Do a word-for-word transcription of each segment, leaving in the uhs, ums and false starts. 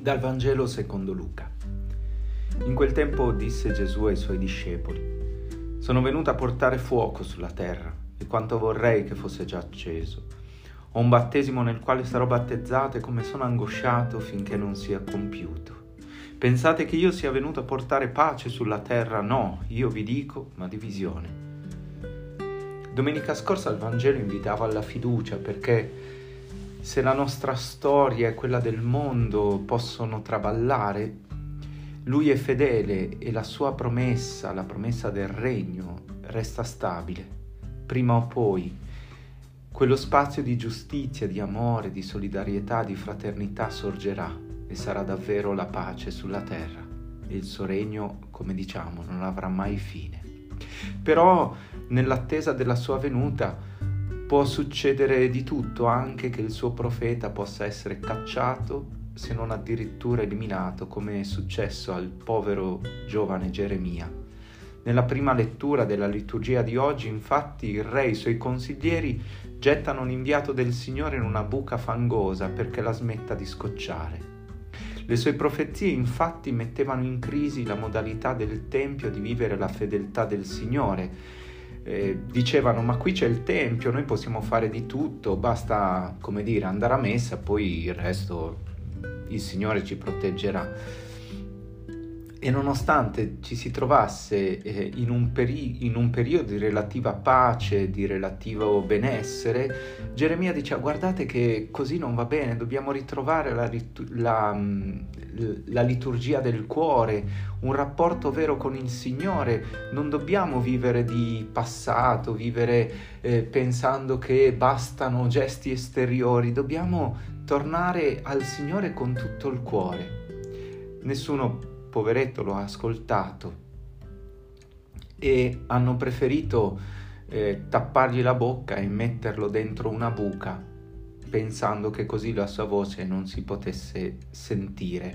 Dal Vangelo secondo Luca. In quel tempo disse Gesù ai suoi discepoli: «Sono venuto a portare fuoco sulla terra, e quanto vorrei che fosse già acceso. Ho un battesimo nel quale sarò battezzato, e come sono angosciato finché non sia compiuto. Pensate che io sia venuto a portare pace sulla terra? No, io vi dico, ma divisione». Domenica scorsa il Vangelo invitava alla fiducia, perché se la nostra storia e quella del mondo possono traballare, Lui è fedele e la sua promessa, la promessa del regno, resta stabile. Prima o poi, quello spazio di giustizia, di amore, di solidarietà, di fraternità sorgerà e sarà davvero la pace sulla terra. E il suo regno, come diciamo, non avrà mai fine. Però, nell'attesa della sua venuta, può succedere di tutto, anche che il suo profeta possa essere cacciato, se non addirittura eliminato, come è successo al povero giovane Geremia. Nella prima lettura della liturgia di oggi, infatti, il re e i suoi consiglieri gettano l'inviato del Signore in una buca fangosa perché la smetta di scocciare. Le sue profezie, infatti, mettevano in crisi la modalità del Tempio di vivere la fedeltà del Signore. Eh, dicevano: ma qui c'è il Tempio, noi possiamo fare di tutto, basta, come dire, andare a messa, poi il resto il Signore ci proteggerà. E nonostante ci si trovasse eh, in, un peri- in un periodo di relativa pace, di relativo benessere, Geremia diceva: guardate che così non va bene, dobbiamo ritrovare la, rit- la, la liturgia del cuore, un rapporto vero con il Signore. Non dobbiamo vivere di passato, vivere eh, pensando che bastano gesti esteriori, dobbiamo tornare al Signore con tutto il cuore. Nessuno, poveretto, lo ha ascoltato e hanno preferito eh, tappargli la bocca e metterlo dentro una buca, pensando che così la sua voce non si potesse sentire.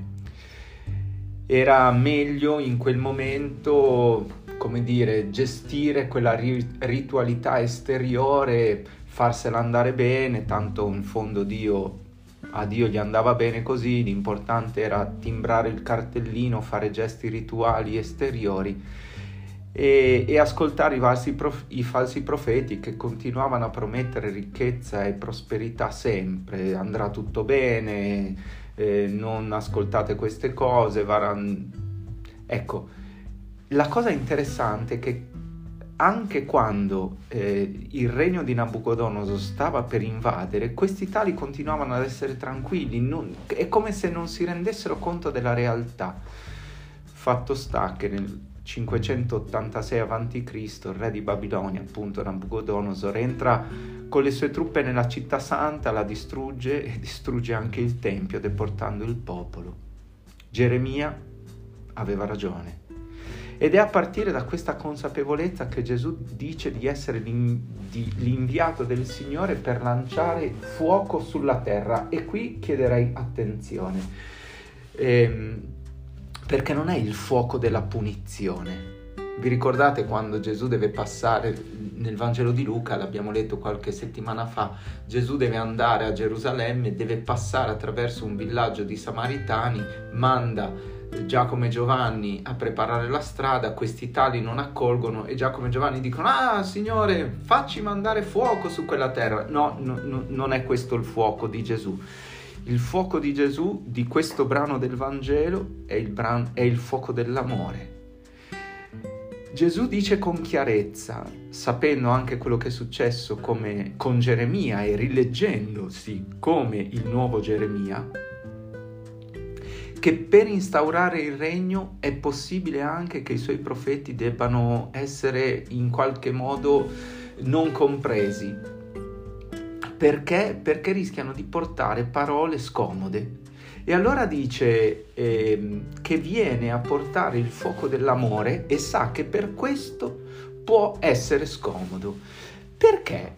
Era meglio in quel momento, come dire, gestire quella ri- ritualità esteriore, farsela andare bene, tanto in fondo Dio a Dio gli andava bene così, l'importante era timbrare il cartellino, fare gesti rituali esteriori e, e ascoltare i falsi, prof, i falsi profeti che continuavano a promettere ricchezza e prosperità sempre. Andrà tutto bene, eh, non ascoltate queste cose. Varan... Ecco, la cosa interessante è che anche quando eh, il regno di Nabucodonosor stava per invadere, questi tali continuavano ad essere tranquilli, non, è come se non si rendessero conto della realtà. Fatto sta che nel cinquecentottantasei avanti Cristo il re di Babilonia, appunto Nabucodonosor, entra con le sue truppe nella città santa, la distrugge e distrugge anche il tempio, deportando il popolo. Geremia aveva ragione. Ed è a partire da questa consapevolezza che Gesù dice di essere l'inviato del Signore per lanciare fuoco sulla terra. E qui chiederei attenzione, ehm, perché non è il fuoco della punizione. Vi ricordate quando Gesù deve passare, nel Vangelo di Luca, l'abbiamo letto qualche settimana fa, Gesù deve andare a Gerusalemme, deve passare attraverso un villaggio di Samaritani, manda Giacomo e Giovanni a preparare la strada, questi tali non accolgono e Giacomo e Giovanni dicono: ah, Signore, facci mandare fuoco su quella terra. No, no, no, non è questo il fuoco di Gesù. Il fuoco di Gesù, di questo brano del Vangelo, è il, bran- è il fuoco dell'amore. Gesù dice con chiarezza, sapendo anche quello che è successo come con Geremia e rileggendosi come il nuovo Geremia, che per instaurare il regno è possibile anche che i suoi profeti debbano essere in qualche modo non compresi. Perché? Perché rischiano di portare parole scomode. E allora dice eh, che viene a portare il fuoco dell'amore e sa che per questo può essere scomodo. Perché?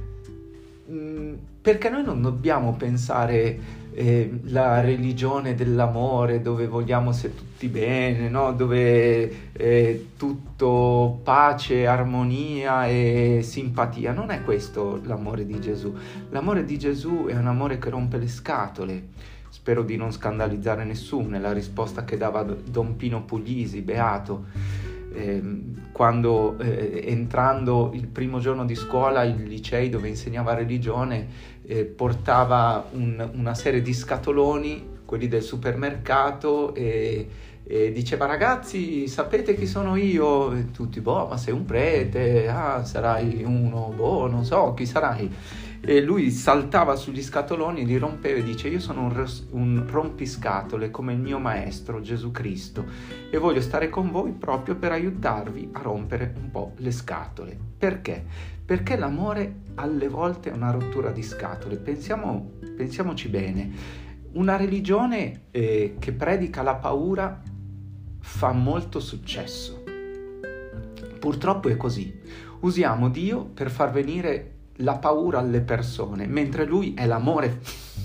Mm, perché noi non dobbiamo pensare Eh, la religione dell'amore dove vogliamo se tutti bene, no? Dove eh, tutto pace, armonia e simpatia. Non è questo l'amore di Gesù. L'amore di Gesù è un amore che rompe le scatole. spero di non scandalizzare nessuno, è la risposta che dava Don Pino Puglisi, beato, eh, quando eh, entrando il primo giorno di scuola ai licei dove insegnava religione, eh, portava un, una serie di scatoloni, quelli del supermercato, e, e diceva: ragazzi, sapete chi sono io? E tutti: boh, ma sei un prete, ah, sarai uno, boh, non so chi sarai. E lui saltava sugli scatoloni e li rompeva e dice: io sono un, ros- un rompiscatole come il mio maestro Gesù Cristo e voglio stare con voi proprio per aiutarvi a rompere un po' le scatole. Perché? Perché l'amore alle volte è una rottura di scatole. Pensiamo, pensiamoci bene. Una religione eh, che predica la paura fa molto successo. Purtroppo è così. Usiamo Dio per far venire la paura alle persone, mentre Lui è l'amore.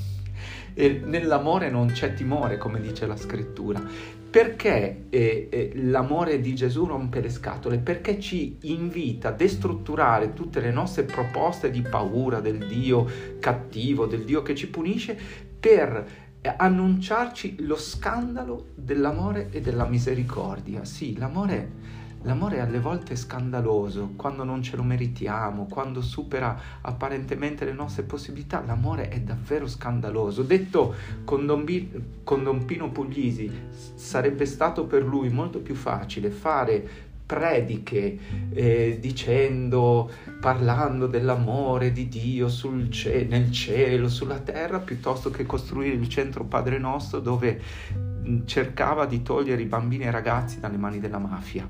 E nell'amore non c'è timore, come dice la scrittura. Perché eh, eh, l'amore di Gesù rompe le scatole? Perché ci invita a destrutturare tutte le nostre proposte di paura del Dio cattivo, del Dio che ci punisce, per annunciarci lo scandalo dell'amore e della misericordia. Sì, l'amore L'amore alle volte è scandaloso, quando non ce lo meritiamo, quando supera apparentemente le nostre possibilità. L'amore è davvero scandaloso. Detto con Don, B- con Don Pino Puglisi, sarebbe stato per lui molto più facile fare prediche eh, dicendo, parlando dell'amore di Dio sul ce- nel cielo, sulla terra, piuttosto che costruire il centro Padre Nostro dove mh, cercava di togliere i bambini e i ragazzi dalle mani della mafia.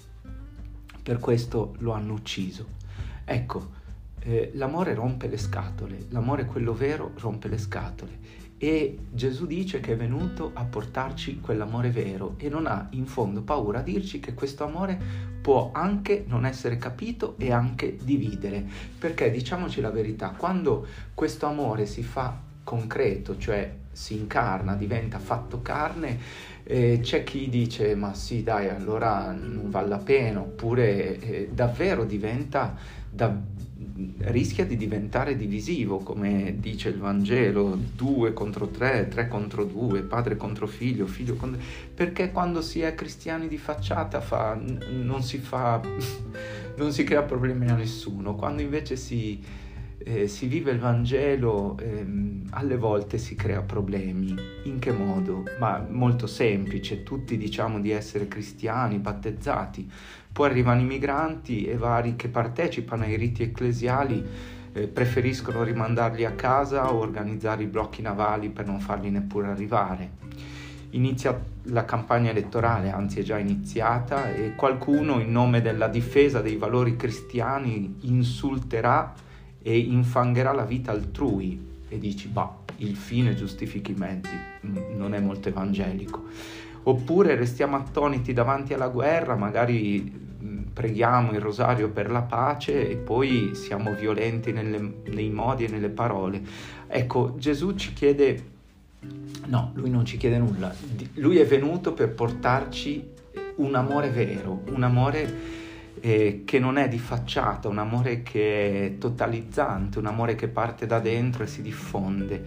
Per questo lo hanno ucciso. Ecco, eh, l'amore rompe le scatole, l'amore quello vero rompe le scatole, e Gesù dice che è venuto a portarci quell'amore vero e non ha in fondo paura a dirci che questo amore può anche non essere capito e anche dividere, perché diciamoci la verità, quando questo amore si fa concreto, cioè si incarna, diventa fatto carne, eh, c'è chi dice: ma sì, dai, allora non vale la pena, oppure eh, davvero diventa, da, rischia di diventare divisivo, come dice il Vangelo, due contro tre, tre contro due, padre contro figlio, figlio contro... perché quando si è cristiani di facciata fa, non si fa, non si crea problemi a nessuno, quando invece si... Eh, si vive il Vangelo, ehm, alle volte si crea problemi. In che modo? Ma molto semplice, tutti diciamo di essere cristiani, battezzati, poi arrivano i migranti e vari che partecipano ai riti ecclesiali eh, preferiscono rimandarli a casa o organizzare i blocchi navali per non farli neppure arrivare. Inizia la campagna elettorale, anzi è già iniziata, e qualcuno in nome della difesa dei valori cristiani insulterà e infangherà la vita altrui, e dici: bah, il fine giustifica i mezzi, non è molto evangelico. Oppure restiamo attoniti davanti alla guerra, magari preghiamo il rosario per la pace e poi siamo violenti nelle, nei modi e nelle parole. Ecco, Gesù ci chiede, no, lui non ci chiede nulla, lui è venuto per portarci un amore vero, un amore Eh, che non è di facciata, un amore che è totalizzante, un amore che parte da dentro e si diffonde,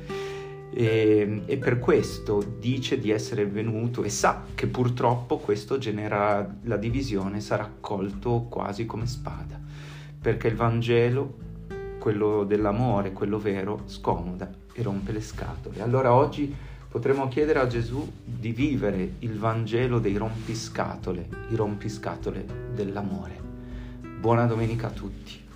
e, e per questo dice di essere venuto, e sa che purtroppo questo genera la divisione, sarà accolto quasi come spada, perché il Vangelo, quello dell'amore, quello vero, scomoda e rompe le scatole. Allora oggi potremmo chiedere a Gesù di vivere il Vangelo dei rompiscatole, i rompiscatole dell'amore. Buona domenica a tutti.